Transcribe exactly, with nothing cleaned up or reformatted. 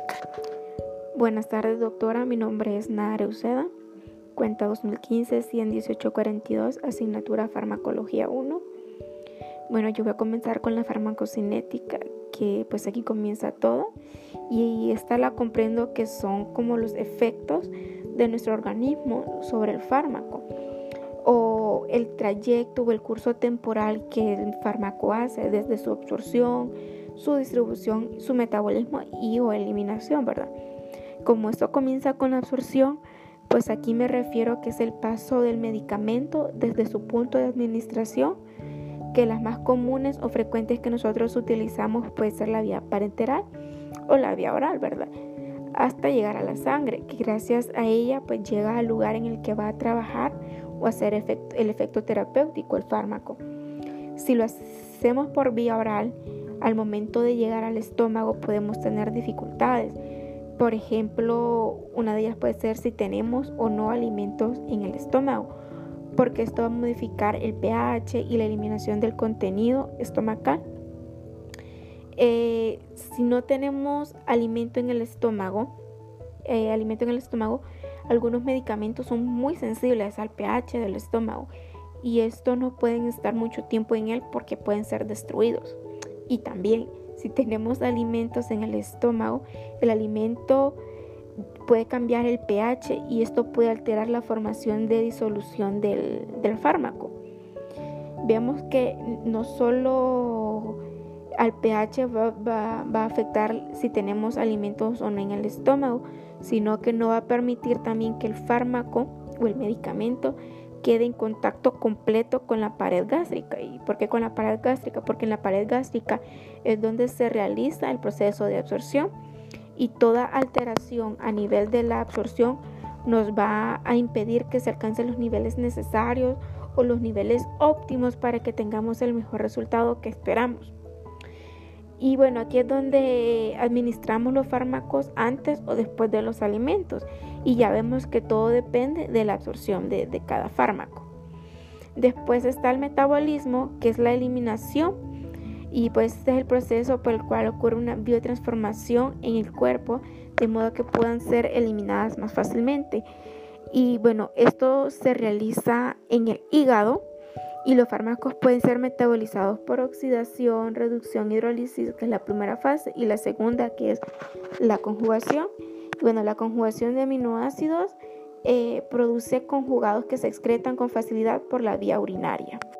Buenas tardes, doctora. Mi nombre es Nahara Uceda. Cuenta dos mil quince, ciento dieciocho cuarenta y dos, asignatura Farmacología uno. Bueno, yo voy a comenzar con la farmacocinética, que pues aquí comienza todo. Y esta la comprendo que son como los efectos de nuestro organismo sobre el fármaco, o el trayecto o el curso temporal que el fármaco hace desde su absorción, su distribución, su metabolismo y o eliminación, ¿verdad? Como esto comienza con la absorción, pues aquí me refiero a que es el paso del medicamento desde su punto de administración, que las más comunes o frecuentes que nosotros utilizamos puede ser la vía parenteral o la vía oral, ¿verdad? Hasta llegar a la sangre, que gracias a ella pues llega al lugar en el que va a trabajar o hacer efecto, el efecto terapéutico, el fármaco. Si lo hacemos por vía oral, al momento de llegar al estómago podemos tener dificultades. Por ejemplo, una de ellas puede ser si tenemos o no alimentos en el estómago, porque esto va a modificar el pH y la eliminación del contenido estomacal. Eh, si no tenemos alimento en el estómago, eh, alimento en el estómago, algunos medicamentos son muy sensibles al pH del estómago y estos no pueden estar mucho tiempo en él porque pueden ser destruidos. Y también, si tenemos alimentos en el estómago, el alimento puede cambiar el pH y esto puede alterar la formación de disolución del, del fármaco. Vemos que no solo al pH va, va, va a afectar si tenemos alimentos o no en el estómago, sino que no va a permitir también que el fármaco o el medicamento quede en contacto completo con la pared gástrica. ¿Y por qué con la pared gástrica? Porque en la pared gástrica es donde se realiza el proceso de absorción y toda alteración a nivel de la absorción nos va a impedir que se alcancen los niveles necesarios o los niveles óptimos para que tengamos el mejor resultado que esperamos. Y bueno, aquí es donde administramos los fármacos antes o después de los alimentos. Y ya vemos que todo depende de la absorción de, de cada fármaco. Después está el metabolismo, que es la eliminación. Y pues este es el proceso por el cual ocurre una biotransformación en el cuerpo, de modo que puedan ser eliminadas más fácilmente. Y bueno, esto se realiza en el hígado. Y los fármacos pueden ser metabolizados por oxidación, reducción, hidrólisis, que es la primera fase, y la segunda, que es la conjugación. Y bueno, la conjugación de aminoácidos eh, produce conjugados que se excretan con facilidad por la vía urinaria.